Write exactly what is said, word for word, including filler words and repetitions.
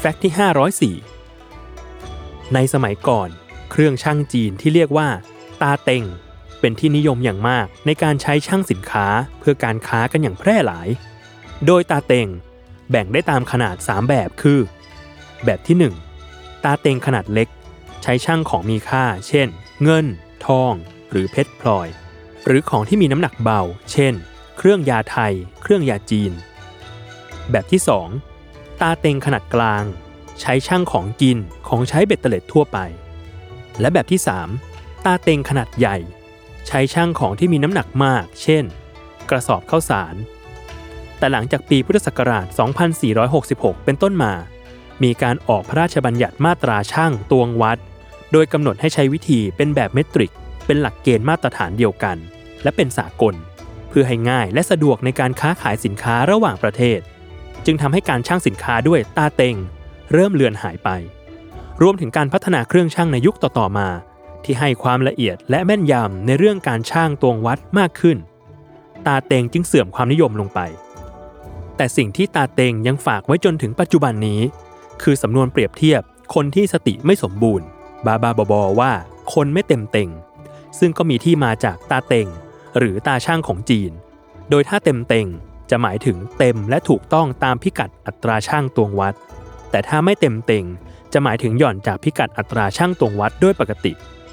ฟกต์ที่ห้าร้อยสี่ในสมัยก่อนเครื่องชั่งจีนที่เรียกว่าตาเต็งเป็นที่นิยมอย่างมากในการใช้ชั่งสินค้าเพื่อการค้ากันอย่างแพร่หลายโดยตาเต็งแบ่งได้ตามขนาดสามแบบคือแบบที่หนึ่งตาเต็งขนาดเล็กใช้ชั่งของมีค่าเช่นเงินทองหรือเพชรพลอยหรือของที่มีน้ำหนักเบาเช่นเครื่องยาไทยเครื่องยาจีนแบบที่สองตาเต็งขนาดกลางใช้ชั่งของกินของใช้เบ็ดเตล็ดทั่วไปและแบบที่สามตาเต็งขนาดใหญ่ใช้ชั่งของที่มีน้ำหนักมากเช่นกระสอบข้าวสารแต่หลังจากปีพุทธศักราชสองพันสี่ร้อยหกสิบหกเป็นต้นมามีการออกพระราชบัญญัติมาตราชั่งตวงวัดโดยกำหนดให้ใช้วิธีเป็นแบบเมตริกเป็นหลักเกณฑ์มาตรฐานเดียวกันและเป็นสากลเพื่อให้ง่ายและสะดวกในการค้าขายสินค้าระหว่างประเทศจึงทำให้การชั่งสินค้าด้วยตาเต็งเริ่มเลือนหายไปรวมถึงการพัฒนาเครื่องชั่งในยุคต่อๆมาที่ให้ความละเอียดและแม่นยำในเรื่องการชั่งตวงวัดมากขึ้นตาเต็งจึงเสื่อมความนิยมลงไปแต่สิ่งที่ตาเต็งยังฝากไว้จนถึงปัจจุบันนี้คือสำนวนเปรียบเทียบคนที่สติไม่สมบูรณ์บาบาบอว่าคนไม่เต็มเต็งซึ่งก็มีที่มาจากตาเต็งหรือตาช่างของจีนโดยถ้าเต็มเต็งจะหมายถึงเต็มและถูกต้องตามพิกัดอัตราช่างตวงวัดแต่ถ้าไม่เต็มเต็งจะหมายถึงหย่อนจากพิกัดอัตราช่างตวงวัดด้วยปกติ